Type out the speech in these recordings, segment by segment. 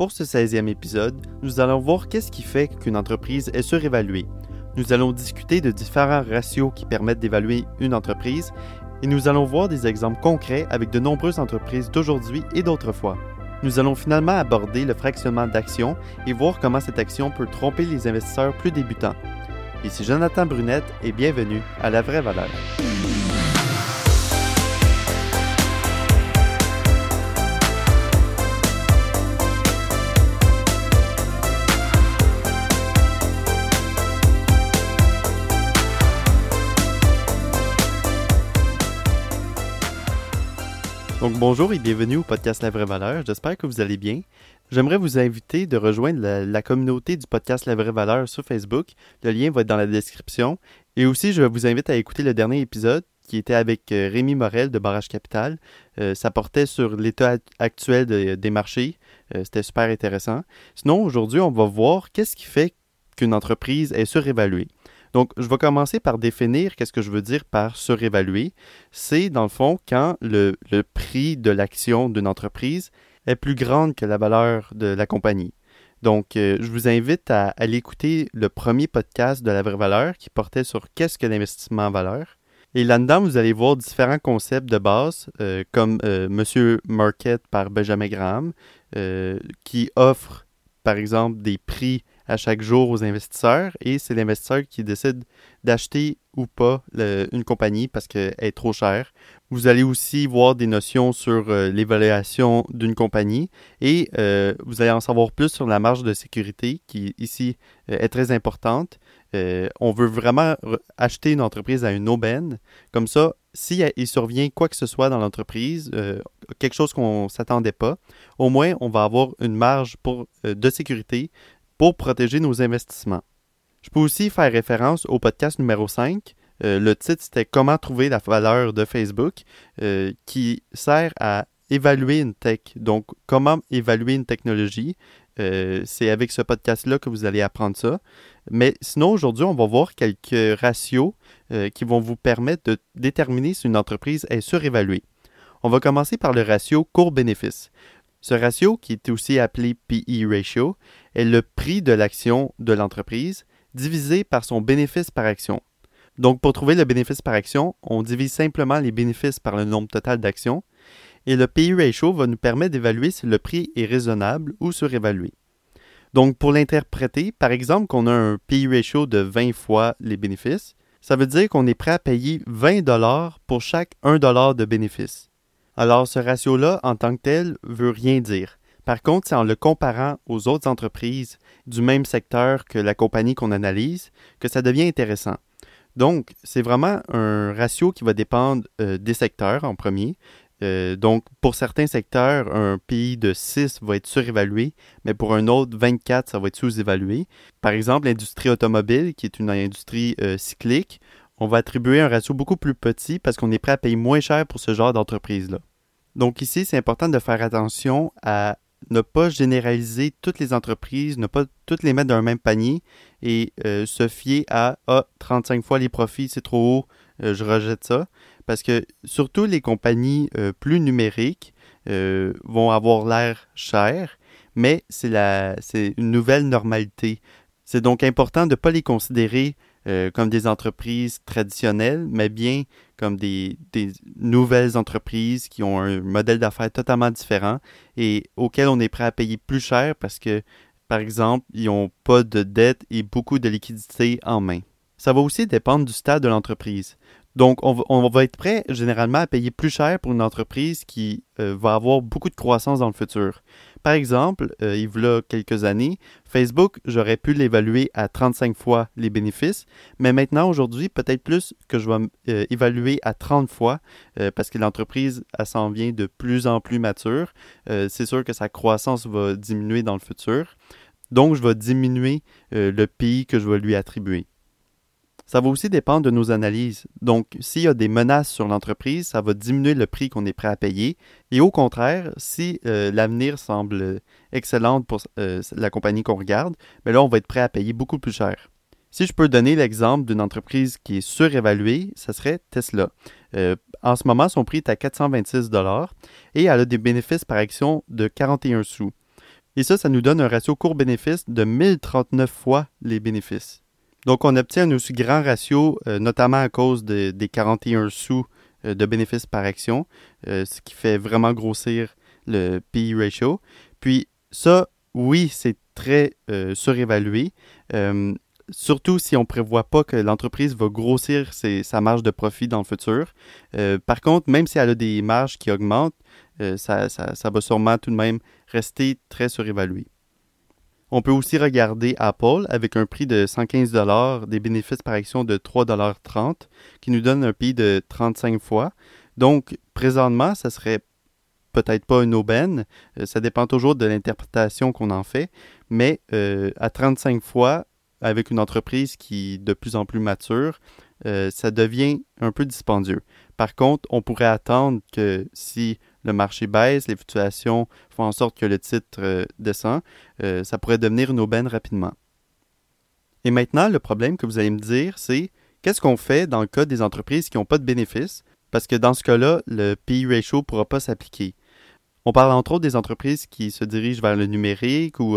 Pour ce 16e épisode, nous allons voir qu'est-ce qui fait qu'une entreprise est surévaluée. Nous allons discuter de différents ratios qui permettent d'évaluer une entreprise et nous allons voir des exemples concrets avec de nombreuses entreprises d'aujourd'hui et d'autrefois. Nous allons finalement aborder le fractionnement d'actions et voir comment cette action peut tromper les investisseurs plus débutants. Ici Jonathan Brunette et bienvenue à La Vraie Valeur. Donc bonjour et bienvenue au podcast La Vraie Valeur, j'espère que vous allez bien. J'aimerais vous inviter de rejoindre la communauté du podcast La Vraie Valeur sur Facebook, le lien va être dans la description. Et aussi je vous invite à écouter le dernier épisode qui était avec Rémi Morel de Barrage Capital. Ça portait sur l'état actuel des marchés, c'était super intéressant. Sinon aujourd'hui on va voir qu'est-ce qui fait qu'une entreprise est surévaluée. Donc, je vais commencer par définir qu'est-ce que je veux dire par surévaluer. C'est, dans le fond, quand le prix de l'action d'une entreprise est plus grande que la valeur de la compagnie. Donc, je vous invite à aller écouter le premier podcast de La Vraie Valeur qui portait sur qu'est-ce que l'investissement en valeur. Et là-dedans, vous allez voir différents concepts de base, comme Monsieur Market par Benjamin Graham, qui offre, par exemple, des prix à chaque jour aux investisseurs et c'est l'investisseur qui décide d'acheter ou pas une compagnie parce qu'elle est trop chère. Vous allez aussi voir des notions sur l'évaluation d'une compagnie et vous allez en savoir plus sur la marge de sécurité qui ici est très importante. On veut vraiment acheter une entreprise à une aubaine. Comme ça, s'il survient quoi que ce soit dans l'entreprise, quelque chose qu'on ne s'attendait pas, au moins on va avoir une marge de sécurité pour protéger nos investissements. Je peux aussi faire référence au podcast numéro 5. Le titre, c'était « Comment trouver la valeur de Facebook » qui sert à évaluer une tech. Donc, comment évaluer une technologie. C'est avec ce podcast-là que vous allez apprendre ça. Mais sinon, aujourd'hui, on va voir quelques ratios qui vont vous permettre de déterminer si une entreprise est surévaluée. On va commencer par le ratio cours-bénéfice. Ce ratio, qui est aussi appelé P/E ratio, est le prix de l'action de l'entreprise divisé par son bénéfice par action. Donc, pour trouver le bénéfice par action, on divise simplement les bénéfices par le nombre total d'actions et le P/E ratio va nous permettre d'évaluer si le prix est raisonnable ou surévalué. Donc, pour l'interpréter, par exemple, qu'on a un P/E ratio de 20 fois les bénéfices, ça veut dire qu'on est prêt à payer 20 $ pour chaque 1 $ de bénéfice. Alors, ce ratio-là, en tant que tel, veut rien dire. Par contre, c'est en le comparant aux autres entreprises du même secteur que la compagnie qu'on analyse que ça devient intéressant. Donc, c'est vraiment un ratio qui va dépendre des secteurs en premier. Donc, pour certains secteurs, un PI de 6 va être surévalué, mais pour un autre, 24, ça va être sous-évalué. Par exemple, l'industrie automobile, qui est une industrie cyclique, on va attribuer un ratio beaucoup plus petit parce qu'on est prêt à payer moins cher pour ce genre d'entreprise-là. Donc ici, c'est important de faire attention à ne pas généraliser toutes les entreprises, ne pas toutes les mettre dans un même panier et se fier à 35 fois les profits, c'est trop haut, je rejette ça. Parce que surtout les compagnies plus numériques vont avoir l'air chères, mais c'est une nouvelle normalité. C'est donc important de ne pas les considérer comme des entreprises traditionnelles, mais bien comme des nouvelles entreprises qui ont un modèle d'affaires totalement différent et auxquelles on est prêt à payer plus cher parce que, par exemple, ils n'ont pas de dette et beaucoup de liquidités en main. Ça va aussi dépendre du stade de l'entreprise. Donc, on va être prêt généralement à payer plus cher pour une entreprise qui va avoir beaucoup de croissance dans le futur. Par exemple, il y a quelques années, Facebook, j'aurais pu l'évaluer à 35 fois les bénéfices, mais maintenant, aujourd'hui, peut-être plus que je vais évaluer à 30 fois parce que l'entreprise, elle s'en vient de plus en plus mature. C'est sûr que sa croissance va diminuer dans le futur. Donc, je vais diminuer le PI que je vais lui attribuer. Ça va aussi dépendre de nos analyses. Donc, s'il y a des menaces sur l'entreprise, ça va diminuer le prix qu'on est prêt à payer. Et au contraire, si l'avenir semble excellent pour la compagnie qu'on regarde, bien là, on va être prêt à payer beaucoup plus cher. Si je peux donner l'exemple d'une entreprise qui est surévaluée, ça serait Tesla. En ce moment, son prix est à 426 $ et elle a des bénéfices par action de 41 sous. Et ça nous donne un ratio court-bénéfice de 1039 fois les bénéfices. Donc, on obtient un aussi grand ratio, notamment à cause des 41 sous de bénéfices par action, ce qui fait vraiment grossir le PE ratio. Puis ça, oui, c'est très surévalué, surtout si on ne prévoit pas que l'entreprise va grossir sa marge de profit dans le futur. Par contre, même si elle a des marges qui augmentent, ça va sûrement tout de même rester très surévalué. On peut aussi regarder Apple avec un prix de 115 $, des bénéfices par action de 3,30 $, qui nous donne un PI de 35 fois. Donc, présentement, ça serait peut-être pas une aubaine. Ça dépend toujours de l'interprétation qu'on en fait. Mais à 35 fois, avec une entreprise qui est de plus en plus mature, ça devient un peu dispendieux. Par contre, on pourrait attendre que si le marché baisse, les fluctuations font en sorte que le titre descend, ça pourrait devenir une aubaine rapidement. Et maintenant, le problème que vous allez me dire, c'est qu'est-ce qu'on fait dans le cas des entreprises qui n'ont pas de bénéfices? Parce que dans ce cas-là, le PE ratio ne pourra pas s'appliquer. On parle entre autres des entreprises qui se dirigent vers le numérique ou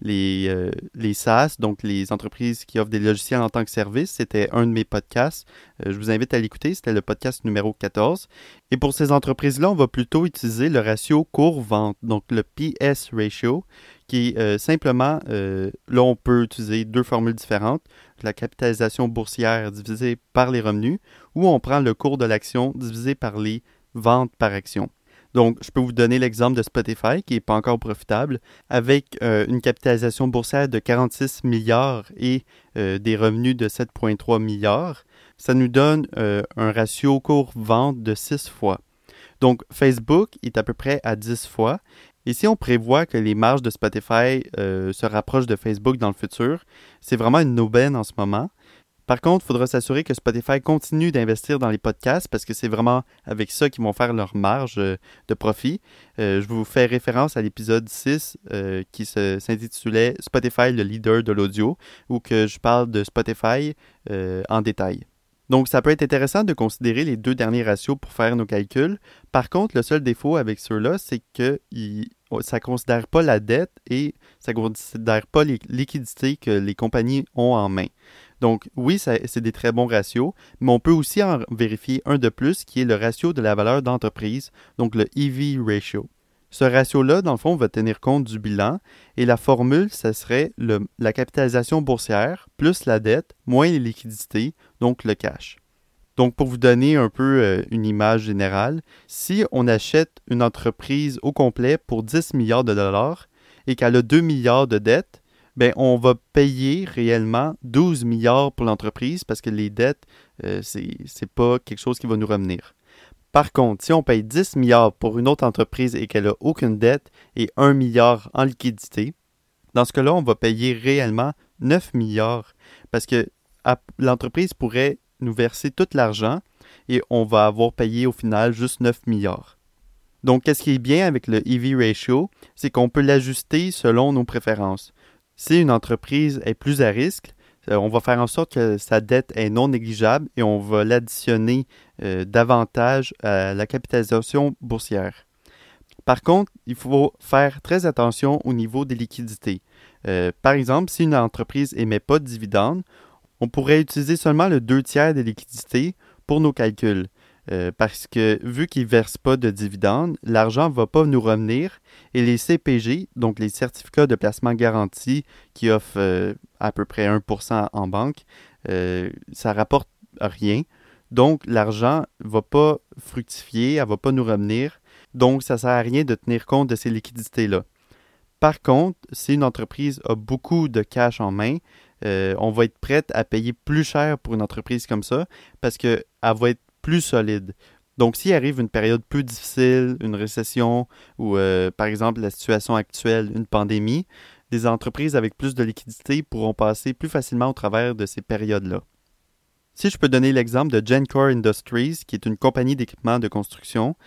les SaaS, donc les entreprises qui offrent des logiciels en tant que service. C'était un de mes podcasts. Je vous invite à l'écouter. C'était le podcast numéro 14. Et pour ces entreprises-là, on va plutôt utiliser le ratio cours-vente, donc le PS ratio, qui est simplement, là on peut utiliser deux formules différentes, la capitalisation boursière divisée par les revenus, ou on prend le cours de l'action divisé par les ventes par action. Donc, je peux vous donner l'exemple de Spotify, qui n'est pas encore profitable, avec une capitalisation boursière de 46 milliards et des revenus de 7,3 milliards. Ça nous donne un ratio cours-vente de 6 fois. Donc, Facebook est à peu près à 10 fois. Et si on prévoit que les marges de Spotify se rapprochent de Facebook dans le futur, c'est vraiment une aubaine en ce moment. Par contre, il faudra s'assurer que Spotify continue d'investir dans les podcasts parce que c'est vraiment avec ça qu'ils vont faire leur marge de profit. Je vous fais référence à l'épisode 6 qui s'intitulait « Spotify, le leader de l'audio » où que je parle de Spotify en détail. Donc, ça peut être intéressant de considérer les deux derniers ratios pour faire nos calculs. Par contre, le seul défaut avec ceux-là, c'est que ça ne considère pas la dette et ça ne considère pas les liquidités que les compagnies ont en main. Donc, oui, c'est des très bons ratios, mais on peut aussi en vérifier un de plus qui est le ratio de la valeur d'entreprise, donc le EV ratio. Ce ratio-là, dans le fond, va tenir compte du bilan et la formule, ce serait la capitalisation boursière plus la dette moins les liquidités, donc le cash. Donc, pour vous donner un peu une image générale, si on achète une entreprise au complet pour 10 milliards de dollars et qu'elle a 2 milliards de dettes, ben, on va payer réellement 12 milliards pour l'entreprise parce que les dettes, c'est pas quelque chose qui va nous revenir. Par contre, si on paye 10 milliards pour une autre entreprise et qu'elle n'a aucune dette et 1 milliard en liquidité, dans ce cas-là, on va payer réellement 9 milliards parce que l'entreprise pourrait nous verser tout l'argent et on va avoir payé au final juste 9 milliards. Donc, qu'est-ce qui est bien avec le EV ratio, c'est qu'on peut l'ajuster selon nos préférences. Si une entreprise est plus à risque, on va faire en sorte que sa dette est non négligeable et on va l'additionner davantage à la capitalisation boursière. Par contre, il faut faire très attention au niveau des liquidités. Par exemple, si une entreprise n'émet pas de dividendes, on pourrait utiliser seulement le 2/3 des liquidités pour nos calculs. Parce que vu qu'ils ne versent pas de dividendes, l'argent ne va pas nous revenir et les CPG, donc les certificats de placement garantis qui offrent à peu près 1% en banque, ça ne rapporte rien. Donc l'argent ne va pas fructifier, elle ne va pas nous revenir. Donc ça ne sert à rien de tenir compte de ces liquidités-là. Par contre, si une entreprise a beaucoup de cash en main, on va être prête à payer plus cher pour une entreprise comme ça parce qu'elle va être plus solide. Donc, s'il arrive une période plus difficile, une récession ou, par exemple, la situation actuelle, une pandémie, des entreprises avec plus de liquidité pourront passer plus facilement au travers de ces périodes-là. Si je peux donner l'exemple de Gencore Industries, qui est une compagnie d'équipement de construction,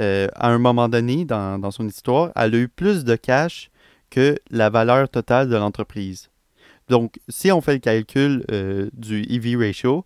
à un moment donné dans son histoire, elle a eu plus de cash que la valeur totale de l'entreprise. Donc, si on fait le calcul du EV ratio,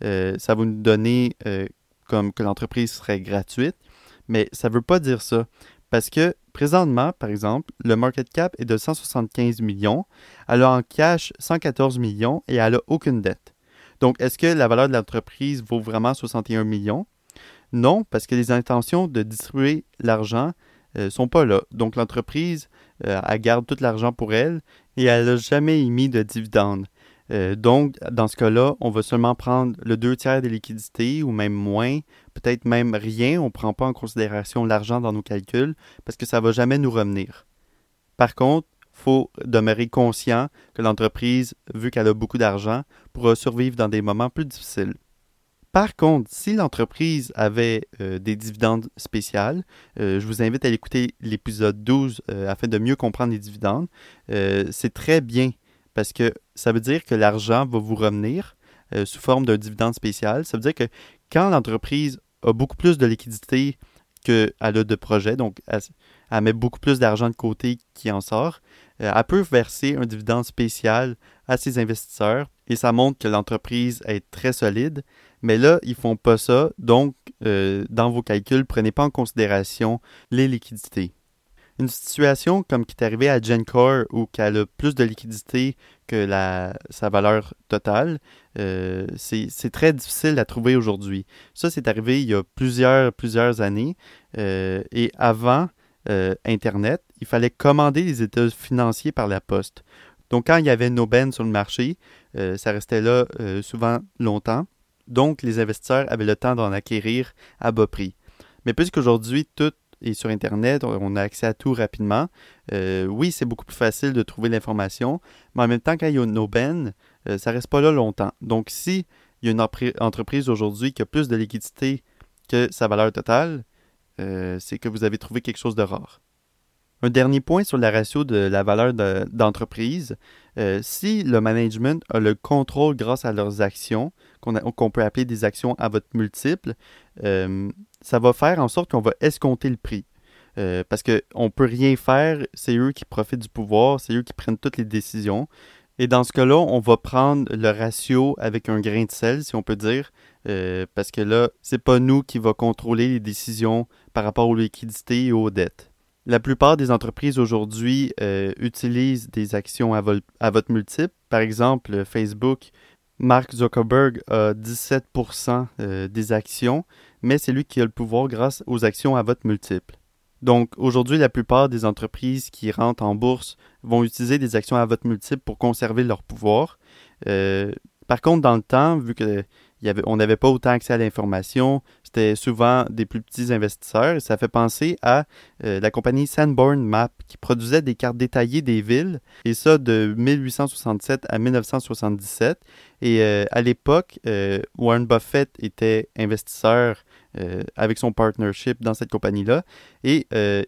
ça va nous donner comme que l'entreprise serait gratuite, mais ça ne veut pas dire ça. Parce que présentement, par exemple, le market cap est de 175 millions, elle a en cash 114 millions et elle n'a aucune dette. Donc, est-ce que la valeur de l'entreprise vaut vraiment 61 millions? Non, parce que les intentions de distribuer l'argent sont pas là. Donc, l'entreprise, elle garde tout l'argent pour elle et elle n'a jamais émis de dividendes. Donc, dans ce cas-là, on va seulement prendre le 2 tiers des liquidités ou même moins, peut-être même rien. On ne prend pas en considération l'argent dans nos calculs parce que ça ne va jamais nous revenir. Par contre, il faut demeurer conscient que l'entreprise, vu qu'elle a beaucoup d'argent, pourra survivre dans des moments plus difficiles. Par contre, si l'entreprise avait des dividendes spéciales, je vous invite à écouter l'épisode 12 afin de mieux comprendre les dividendes. C'est très bien parce que ça veut dire que l'argent va vous revenir sous forme d'un dividende spécial. Ça veut dire que quand l'entreprise a beaucoup plus de liquidité qu'elle a de projets, donc elle met beaucoup plus d'argent de côté qui en sort, elle peut verser un dividende spécial à ses investisseurs et ça montre que l'entreprise est très solide. Mais là, ils ne font pas ça, donc dans vos calculs, prenez pas en considération les liquidités. Une situation comme qui est arrivée à Gencore où qu'elle a plus de liquidité que sa valeur totale, c'est très difficile à trouver aujourd'hui. Ça, c'est arrivé il y a plusieurs années et avant Internet, il fallait commander les états financiers par la poste. Donc, quand il y avait une aubaine sur le marché, ça restait là souvent longtemps. Donc, les investisseurs avaient le temps d'en acquérir à bas prix. Mais puisqu'aujourd'hui, tout est sur Internet, on a accès à tout rapidement, oui, c'est beaucoup plus facile de trouver l'information, mais en même temps, quand il y a une aubaine, ça ne reste pas là longtemps. Donc, si il y a une entreprise aujourd'hui qui a plus de liquidité que sa valeur totale, c'est que vous avez trouvé quelque chose de rare. Un dernier point sur la ratio de la valeur d'entreprise. Si le management a le contrôle grâce à leurs actions, qu'on peut appeler des actions à vote multiple, ça va faire en sorte qu'on va escompter le prix. Parce qu'on ne peut rien faire, c'est eux qui profitent du pouvoir, c'est eux qui prennent toutes les décisions. Et dans ce cas-là, on va prendre le ratio avec un grain de sel, si on peut dire, parce que là, c'est pas nous qui va contrôler les décisions par rapport aux liquidités et aux dettes. La plupart des entreprises aujourd'hui utilisent des actions à vote multiple. Par exemple, Facebook, Mark Zuckerberg a 17% des actions, mais c'est lui qui a le pouvoir grâce aux actions à vote multiple. Donc aujourd'hui, la plupart des entreprises qui rentrent en bourse vont utiliser des actions à vote multiple pour conserver leur pouvoir. Par contre, dans le temps, vu qu'on n'avait pas autant accès à l'information, c'était souvent des plus petits investisseurs. Ça fait penser à la compagnie Sanborn Map qui produisait des cartes détaillées des villes, et ça de 1867 à 1977. Et à l'époque, Warren Buffett était investisseur avec son partnership dans cette compagnie-là. Et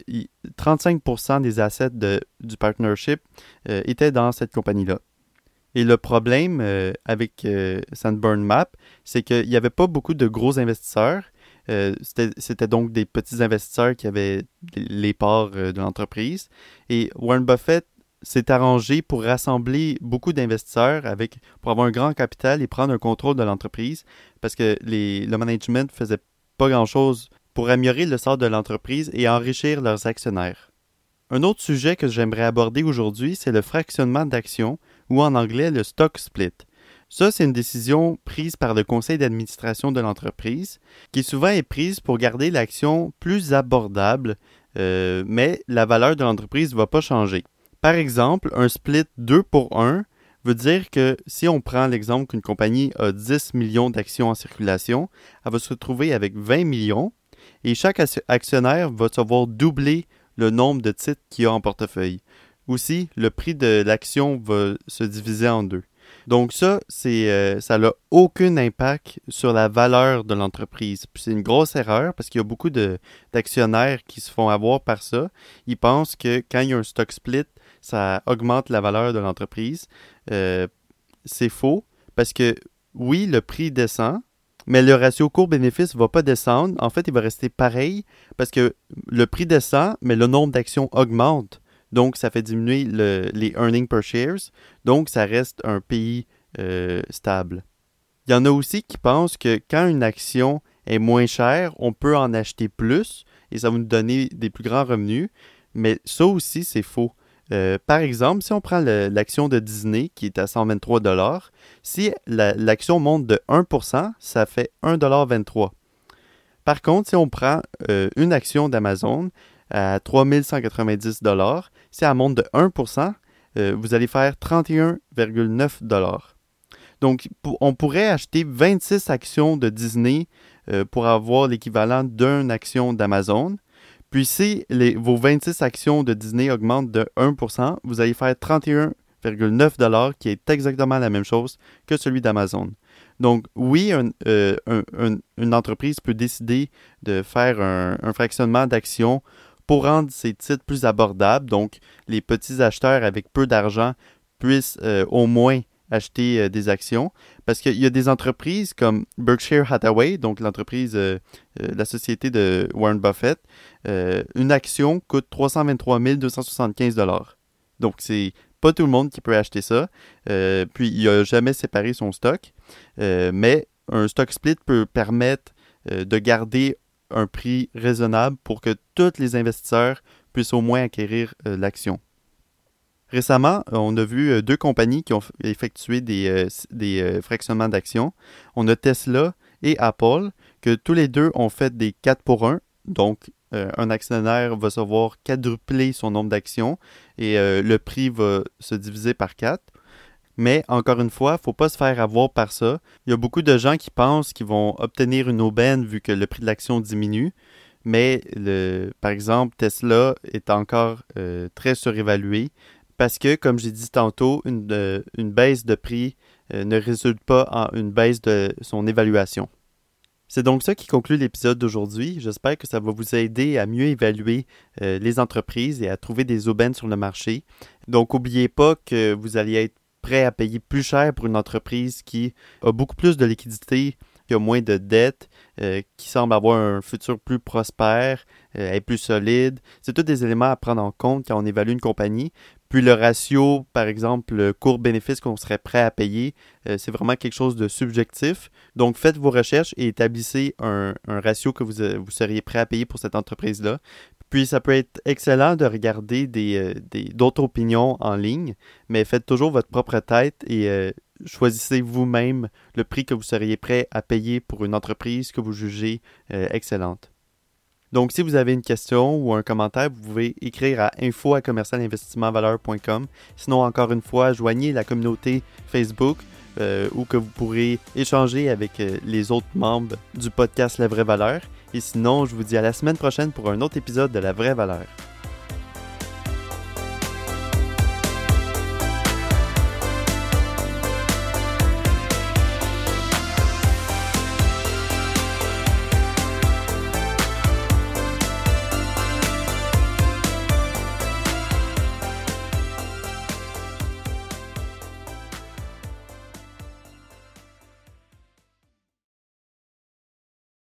35% des assets du partnership étaient dans cette compagnie-là. Et le problème avec Sanborn Map, c'est qu'il n'y avait pas beaucoup de gros investisseurs. C'était donc des petits investisseurs qui avaient les parts de l'entreprise. Et Warren Buffett s'est arrangé pour rassembler beaucoup d'investisseurs pour avoir un grand capital et prendre un contrôle de l'entreprise parce que le management ne faisait pas grand-chose pour améliorer le sort de l'entreprise et enrichir leurs actionnaires. Un autre sujet que j'aimerais aborder aujourd'hui, c'est le fractionnement d'actions, ou en anglais le stock split. Ça, c'est une décision prise par le conseil d'administration de l'entreprise, qui souvent est prise pour garder l'action plus abordable, mais la valeur de l'entreprise ne va pas changer. Par exemple, un split 2 pour 1 veut dire que si on prend l'exemple qu'une compagnie a 10 millions d'actions en circulation, elle va se retrouver avec 20 millions, et chaque actionnaire va devoir doubler le nombre de titres qu'il y a en portefeuille. Aussi, le prix de l'action va se diviser en deux. Donc ça n'a aucun impact sur la valeur de l'entreprise. Puis c'est une grosse erreur parce qu'il y a beaucoup d'actionnaires qui se font avoir par ça. Ils pensent que quand il y a un stock split, ça augmente la valeur de l'entreprise. C'est faux parce que oui, le prix descend, mais le ratio court-bénéfice ne va pas descendre. En fait, il va rester pareil parce que le prix descend, mais le nombre d'actions augmente. Donc, ça fait diminuer les earnings per shares. Donc, ça reste un pays stable. Il y en a aussi qui pensent que quand une action est moins chère, on peut en acheter plus et ça va nous donner des plus grands revenus. Mais ça aussi, c'est faux. Par exemple, si on prend l'action de Disney qui est à 123 $, si l'action monte de 1%, ça fait 1,23 $. Par contre, si on prend une action d'Amazon à 3190 $, si elle monte de 1%, vous allez faire 31,9 $. Donc, on pourrait acheter 26 actions de Disney pour avoir l'équivalent d'une action d'Amazon. Puis si vos 26 actions de Disney augmentent de 1%, vous allez faire 31,9 $, qui est exactement la même chose que celui d'Amazon. Donc oui, une entreprise peut décider de faire un fractionnement d'actions pour rendre ses titres plus abordables. Donc les petits acheteurs avec peu d'argent puissent au moins acheter des actions, parce qu'il y a des entreprises comme Berkshire Hathaway, donc l'entreprise, la société de Warren Buffett, une action coûte 323 275 $. Donc c'est pas tout le monde qui peut acheter ça, puis il n'a jamais séparé son stock, mais un stock split peut permettre de garder un prix raisonnable pour que tous les investisseurs puissent au moins acquérir l'action. Récemment, on a vu deux compagnies qui ont effectué des fractionnements d'actions. On a Tesla et Apple, que tous les deux ont fait des 4 pour 1. Donc, un actionnaire va savoir quadrupler son nombre d'actions et le prix va se diviser par 4. Mais, encore une fois, il ne faut pas se faire avoir par ça. Il y a beaucoup de gens qui pensent qu'ils vont obtenir une aubaine vu que le prix de l'action diminue. Mais, par exemple, Tesla est encore très surévalué. Parce que, comme j'ai dit tantôt, une baisse de prix ne résulte pas en une baisse de son évaluation. C'est donc ça qui conclut l'épisode d'aujourd'hui. J'espère que ça va vous aider à mieux évaluer les entreprises et à trouver des aubaines sur le marché. Donc, n'oubliez pas que vous allez être prêt à payer plus cher pour une entreprise qui a beaucoup plus de liquidité, qui a moins de dettes, qui semble avoir un futur plus prospère, est plus solide. C'est tous des éléments à prendre en compte quand on évalue une compagnie. Puis le ratio, par exemple, le court-bénéfice qu'on serait prêt à payer, c'est vraiment quelque chose de subjectif. Donc, faites vos recherches et établissez un ratio que vous seriez prêt à payer pour cette entreprise-là. Puis, ça peut être excellent de regarder d'autres opinions en ligne, mais faites toujours votre propre tête et choisissez vous-même le prix que vous seriez prêt à payer pour une entreprise que vous jugez excellente. Donc, si vous avez une question ou un commentaire, vous pouvez écrire à info@commercialinvestissementvaleur.com. Sinon, encore une fois, joignez la communauté Facebook où que vous pourrez échanger avec les autres membres du podcast La Vraie Valeur. Et sinon, je vous dis à la semaine prochaine pour un autre épisode de La Vraie Valeur.